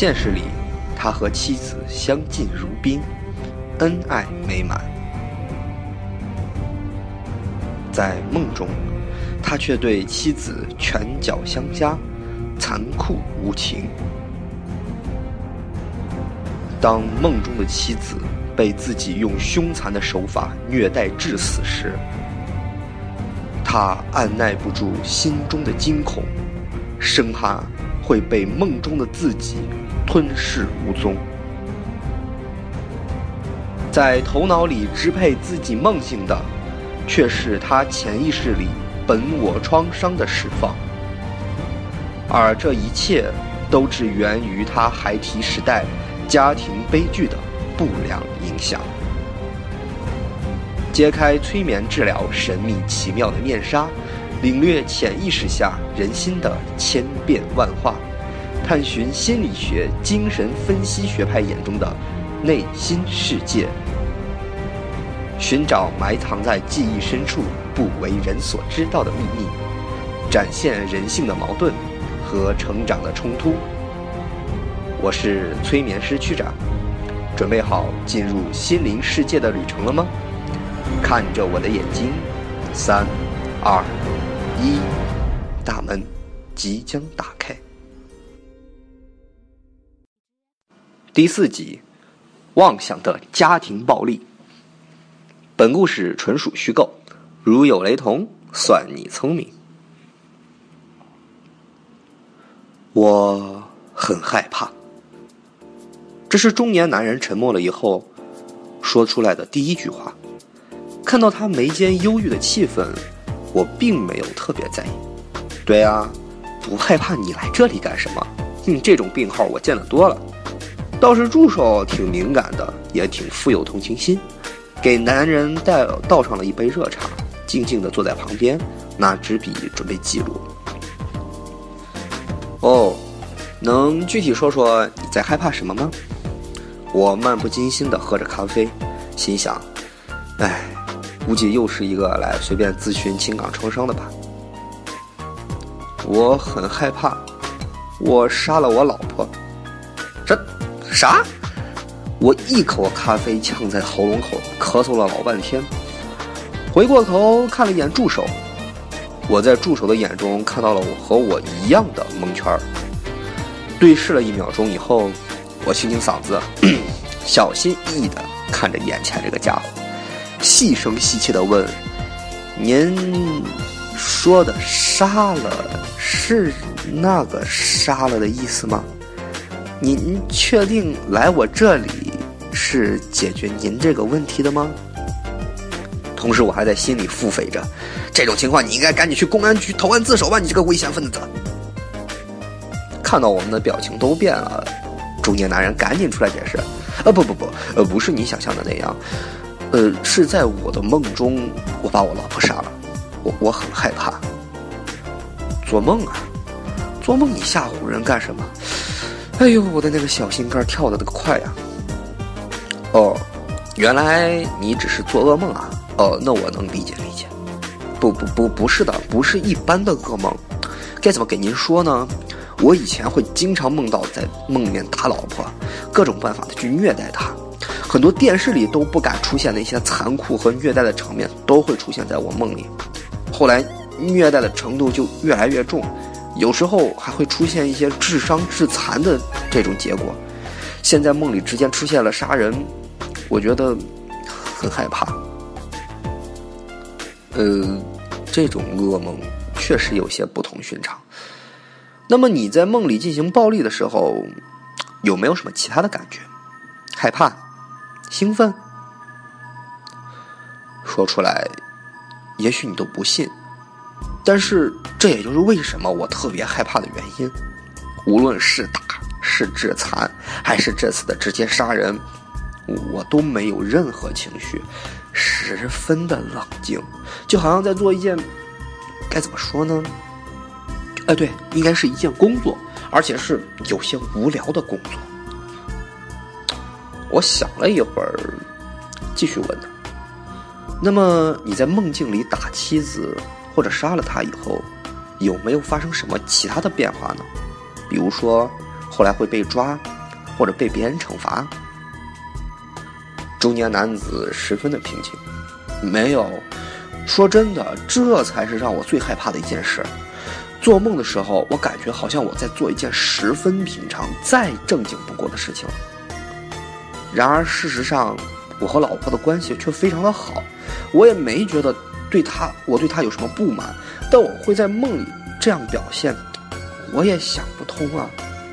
现实里，他和妻子相敬如宾，恩爱美满。在梦中，他却对妻子拳脚相加，残酷无情。当梦中的妻子被自己用凶残的手法虐待致死时，他按耐不住心中的惊恐，生怕会被梦中的自己吞噬无踪。在头脑里支配自己梦境的，却是他潜意识里本我创伤的释放，而这一切都只源于他孩提时代家庭悲剧的不良影响。揭开催眠治疗神秘奇妙的面纱，领略潜意识下人心的千变万化，探寻心理学、精神分析学派眼中的内心世界，寻找埋藏在记忆深处不为人所知道的秘密，展现人性的矛盾和成长的冲突。我是催眠师区长，准备好进入心灵世界的旅程了吗？看着我的眼睛，3、2、1，大门即将打开。第4集，妄想的家庭暴力。本故事纯属虚构，如有雷同，算你聪明。我很害怕。这是中年男人沉默了以后说出来的第一句话。看到他眉间忧郁的气氛，我并没有特别在意。对啊，不害怕你来这里干什么？这种病号我见得多了。倒是助手挺敏感的，也挺富有同情心，给男人倒上了一杯热茶，静静地坐在旁边，拿纸笔准备记录。哦，能具体说说你在害怕什么吗？我漫不经心地喝着咖啡，心想，估计又是一个来随便咨询情感创伤的吧。我很害怕，我杀了我老婆。这啥？我一口咖啡呛在喉咙口，咳嗽了老半天。回过头看了一眼助手，我在助手的眼中看到了和我一样的蒙圈。对视了1秒钟以后，我清清嗓子，小心翼翼地看着眼前这个家伙，细声细气地问：“您说的杀了是那个杀了的意思吗？您确定来我这里是解决您这个问题的吗？”同时我还在心里腹诽着，这种情况你应该赶紧去公安局投案自首吧，你这个危险分子。看到我们的表情都变了，中年男人赶紧出来解释：不是你想象的那样，是在我的梦中我把我老婆杀了，我很害怕。做梦啊，做梦你吓唬人干什么？哎呦，我的那个小心肝跳得那个快呀！哦，原来你只是做噩梦啊？哦，那我能理解理解。不是的，不是一般的噩梦。该怎么给您说呢？我以前会经常梦到在梦里面打老婆，各种办法的去虐待她，很多电视里都不敢出现的一些残酷和虐待的场面都会出现在我梦里。后来虐待的程度就越来越重，有时候还会出现一些致伤致残的这种结果。现在梦里之间出现了杀人，我觉得很害怕。这种噩梦确实有些不同寻常。那么你在梦里进行暴力的时候，有没有什么其他的感觉？害怕？兴奋？说出来也许你都不信，但是这也就是为什么我特别害怕的原因。无论是打是致残还是这次的直接杀人，我都没有任何情绪，十分的冷静，就好像在做一件，该怎么说呢，对，应该是一件工作，而且是有些无聊的工作。我想了一会儿，继续问他：那么你在梦境里打妻子或者杀了她以后，有没有发生什么其他的变化呢？比如说后来会被抓，或者被别人惩罚。中年男子十分的平静，没有，说真的，这才是让我最害怕的一件事。做梦的时候，我感觉好像我在做一件十分平常、再正经不过的事情。然而事实上，我和老婆的关系却非常的好，我也没觉得我对她有什么不满，但我会在梦里这样表现，我也想不通啊。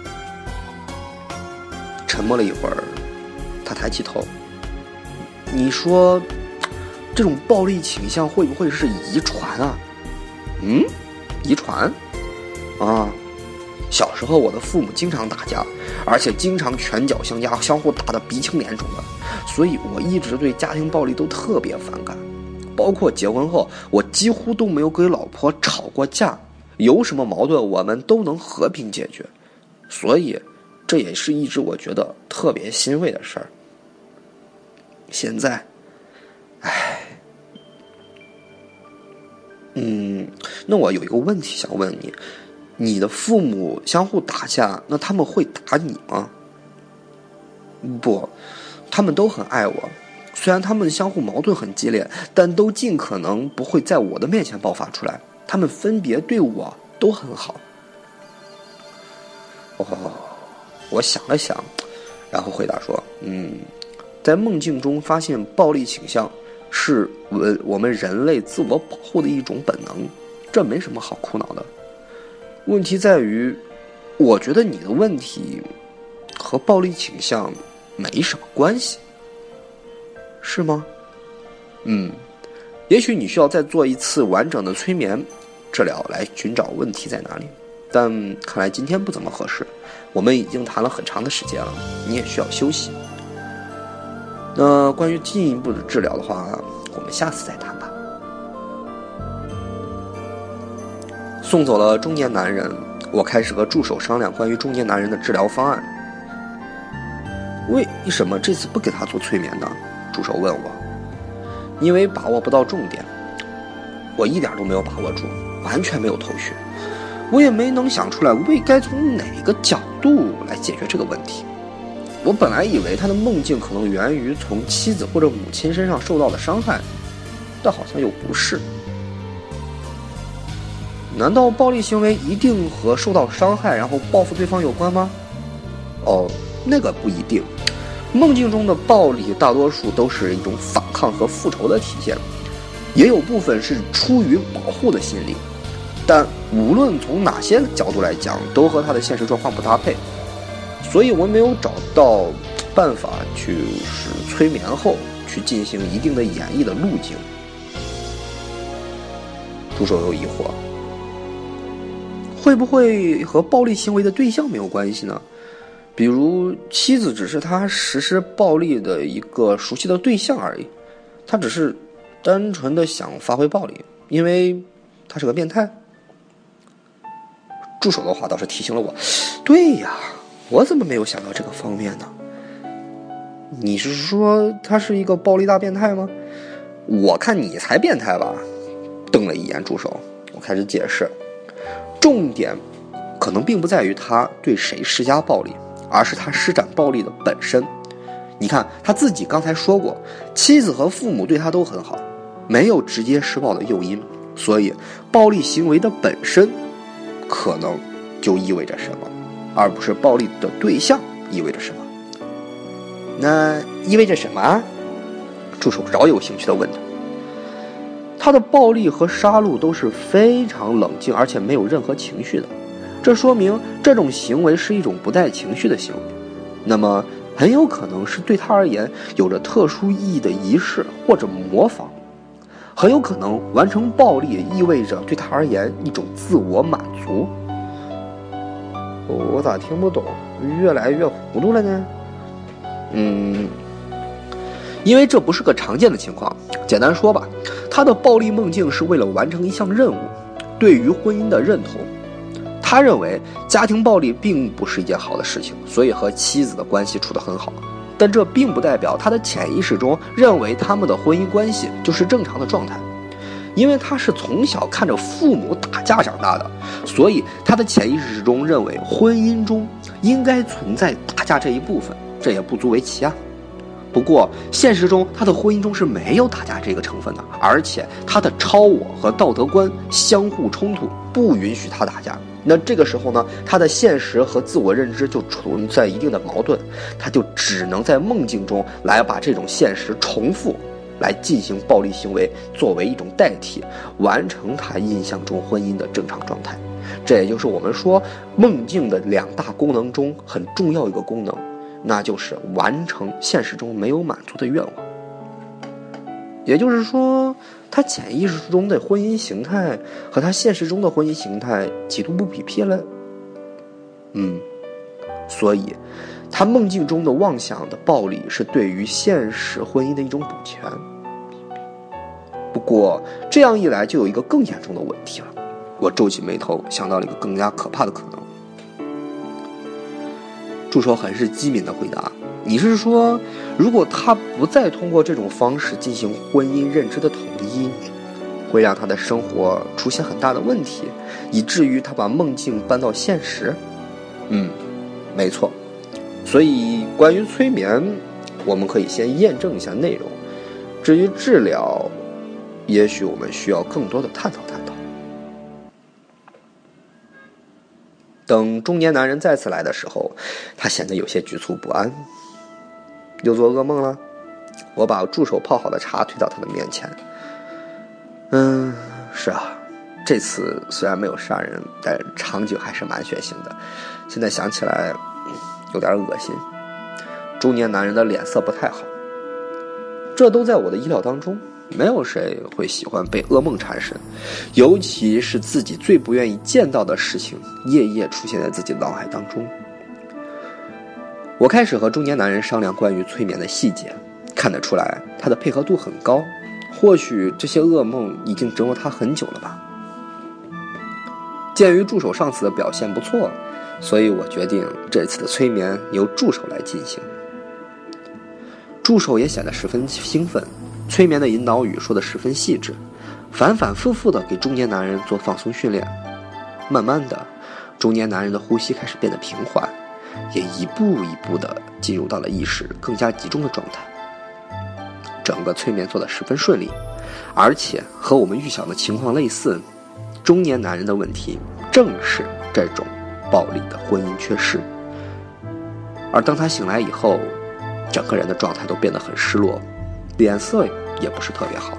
沉默了一会儿，他抬起头，你说这种暴力倾向会不会是遗传啊？遗传啊，小时候我的父母经常打架，而且经常拳脚相加，相互打得鼻青脸肿的，所以我一直对家庭暴力都特别反感。包括结婚后，我几乎都没有跟老婆吵过架，有什么矛盾我们都能和平解决，所以这也是一直我觉得特别欣慰的事儿。现在那我有一个问题想问你，你的父母相互打架，那他们会打你吗？不，他们都很爱我，虽然他们相互矛盾很激烈，但都尽可能不会在我的面前爆发出来，他们分别对我都很好。我想了想，然后回答说，在梦境中发现暴力倾向是我们人类自我保护的一种本能，这没什么好苦恼的。问题在于，我觉得你的问题和暴力倾向没什么关系，是吗？也许你需要再做一次完整的催眠治疗来寻找问题在哪里，但看来今天不怎么合适，我们已经谈了很长的时间了，你也需要休息。那关于进一步的治疗的话，我们下次再谈吧。送走了中年男人，我开始和助手商量关于中年男人的治疗方案。为什么这次不给他做催眠呢？助手问我。因为把握不到重点，我一点都没有把握住，完全没有头绪，我也没能想出来该从哪个角度来解决这个问题。我本来以为他的梦境可能源于从妻子或者母亲身上受到的伤害，但好像又不是。难道暴力行为一定和受到伤害然后报复对方有关吗？那个不一定。梦境中的暴力大多数都是一种反抗和复仇的体现，也有部分是出于保护的心理，但无论从哪些角度来讲，都和他的现实状况不搭配，所以我没有找到办法去使催眠后去进行一定的演绎的路径。助手有疑惑，会不会和暴力行为的对象没有关系呢？比如妻子只是他实施暴力的一个熟悉的对象而已，他只是单纯的想发挥暴力，因为他是个变态。助手的话倒是提醒了我，对呀，我怎么没有想到这个方面呢？你是说他是一个暴力大变态吗？我看你才变态吧。瞪了一眼助手，我开始解释，重点可能并不在于他对谁施加暴力，而是他施展暴力的本身。你看他自己刚才说过，妻子和父母对他都很好，没有直接施暴的诱因，所以暴力行为的本身可能就意味着什么，而不是暴力的对象意味着什么。那意味着什么？助手饶有兴趣地问他。他的暴力和杀戮都是非常冷静而且没有任何情绪的，这说明这种行为是一种不带情绪的行为，那么很有可能是对他而言有着特殊意义的仪式或者模仿，很有可能完成暴力意味着对他而言一种自我满足。我咋听不懂，越来越糊涂了呢？因为这不是个常见的情况。简单说吧，他的暴力梦境是为了完成一项任务，对于婚姻的认同。他认为家庭暴力并不是一件好的事情，所以和妻子的关系处得很好，但这并不代表他的潜意识中认为他们的婚姻关系就是正常的状态。 因为他是从小看着父母打架长大的，所以他的潜意识中认为婚姻中应该存在打架这一部分，这也不足为奇啊。不过现实中他的婚姻中是没有打架这个成分的，而且他的超我和道德观相互冲突，不允许他打架。那这个时候呢，他的现实和自我认知就存在一定的矛盾，他就只能在梦境中来把这种现实重复，来进行暴力行为，作为一种代替，完成他印象中婚姻的正常状态。这也就是我们说梦境的2大功能中很重要一个功能，那就是完成现实中没有满足的愿望。也就是说，他潜意识中的婚姻形态和他现实中的婚姻形态极度不匹配了。所以他梦境中的妄想的暴力是对于现实婚姻的一种补全。不过这样一来就有一个更严重的问题了，我皱起眉头想到了一个更加可怕的可能。助手很是机敏地回答，你是说如果他不再通过这种方式进行婚姻认知的统一，会让他的生活出现很大的问题，以至于他把梦境搬到现实？没错。所以关于催眠，我们可以先验证一下内容，至于治疗，也许我们需要更多的探讨探讨。等中年男人再次来的时候，他显得有些局促不安。又做噩梦了？我把助手泡好的茶推到他的面前。是啊，这次虽然没有杀人，但场景还是蛮血腥的。现在想起来有点恶心。中年男人的脸色不太好。这都在我的意料当中，没有谁会喜欢被噩梦缠身，尤其是自己最不愿意见到的事情夜夜出现在自己脑海当中。我开始和中年男人商量关于催眠的细节，看得出来他的配合度很高，或许这些噩梦已经折磨他很久了吧。鉴于助手上次的表现不错，所以我决定这次的催眠由助手来进行。助手也显得十分兴奋，催眠的引导语说得十分细致，反反复复地给中年男人做放松训练。慢慢的，中年男人的呼吸开始变得平缓，也一步一步地进入到了意识更加集中的状态。整个催眠做得十分顺利，而且和我们预想的情况类似，中年男人的问题正是这种暴力的婚姻缺失。而当他醒来以后，整个人的状态都变得很失落，脸色也不是特别好。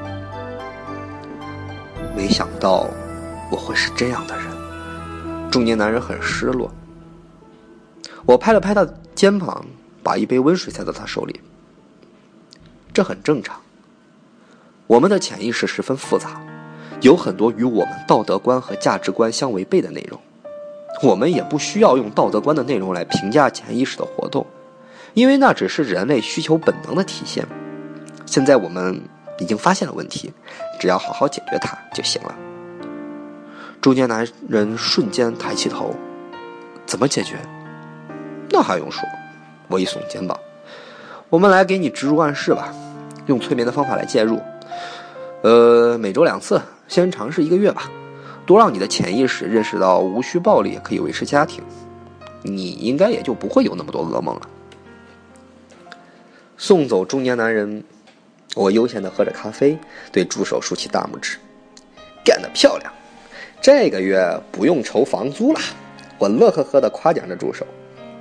没想到我会是这样的人。中年男人很失落。我拍了拍他肩膀，把一杯温水塞到他手里。这很正常。我们的潜意识十分复杂，有很多与我们道德观和价值观相违背的内容。我们也不需要用道德观的内容来评价潜意识的活动，因为那只是人类需求本能的体现。现在我们已经发现了问题，只要好好解决它就行了。中年男人瞬间抬起头，怎么解决？那还用说？我一耸肩膀，我们来给你植入暗示吧，用催眠的方法来介入。每周2次，先尝试1个月吧，多让你的潜意识认识到无需暴力也可以维持家庭，你应该也就不会有那么多噩梦了。送走中年男人，我悠闲地喝着咖啡，对助手竖起大拇指，干得漂亮，这个月不用愁房租了。我乐呵呵地夸奖着助手。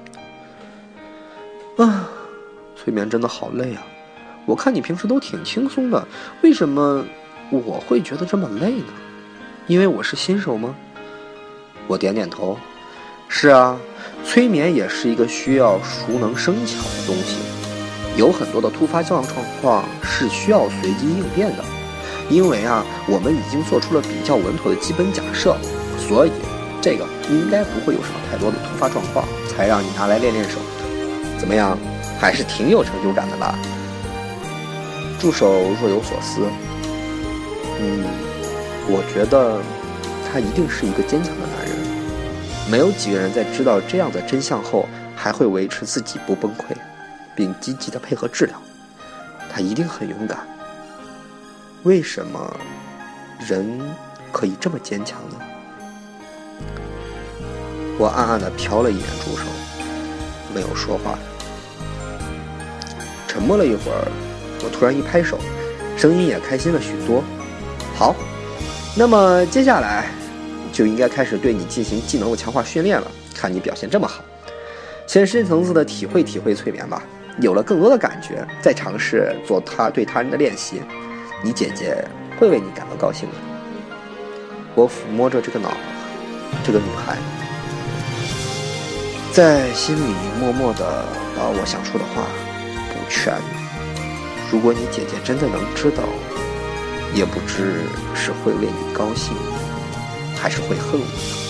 催眠真的好累啊，我看你平时都挺轻松的，为什么我会觉得这么累呢？因为我是新手吗？我点点头。是啊，催眠也是一个需要熟能生巧的东西，有很多的突发状况是需要随机应变的。因为我们已经做出了比较稳妥的基本假设，所以这个应该不会有什么太多的突发状况，才让你拿来练练手。怎么样，还是挺有成就感的吧？助手若有所思。我觉得他一定是一个坚强的男人，没有几个人在知道这样的真相后还会维持自己不崩溃，并积极地配合治疗。他一定很勇敢。为什么人可以这么坚强呢？我暗暗地瞟了一眼助手，没有说话。沉默了一会儿，我突然一拍手，声音也开心了许多。好，那么接下来就应该开始对你进行技能的强化训练了。看你表现这么好，先深层次的体会体会催眠吧，有了更多的感觉，再尝试做对他人的练习，你姐姐会为你感到高兴的。我抚摸着这个女孩，在心里默默地把我想说的话补全。如果你姐姐真的能知道，也不知是会为你高兴，还是会恨我。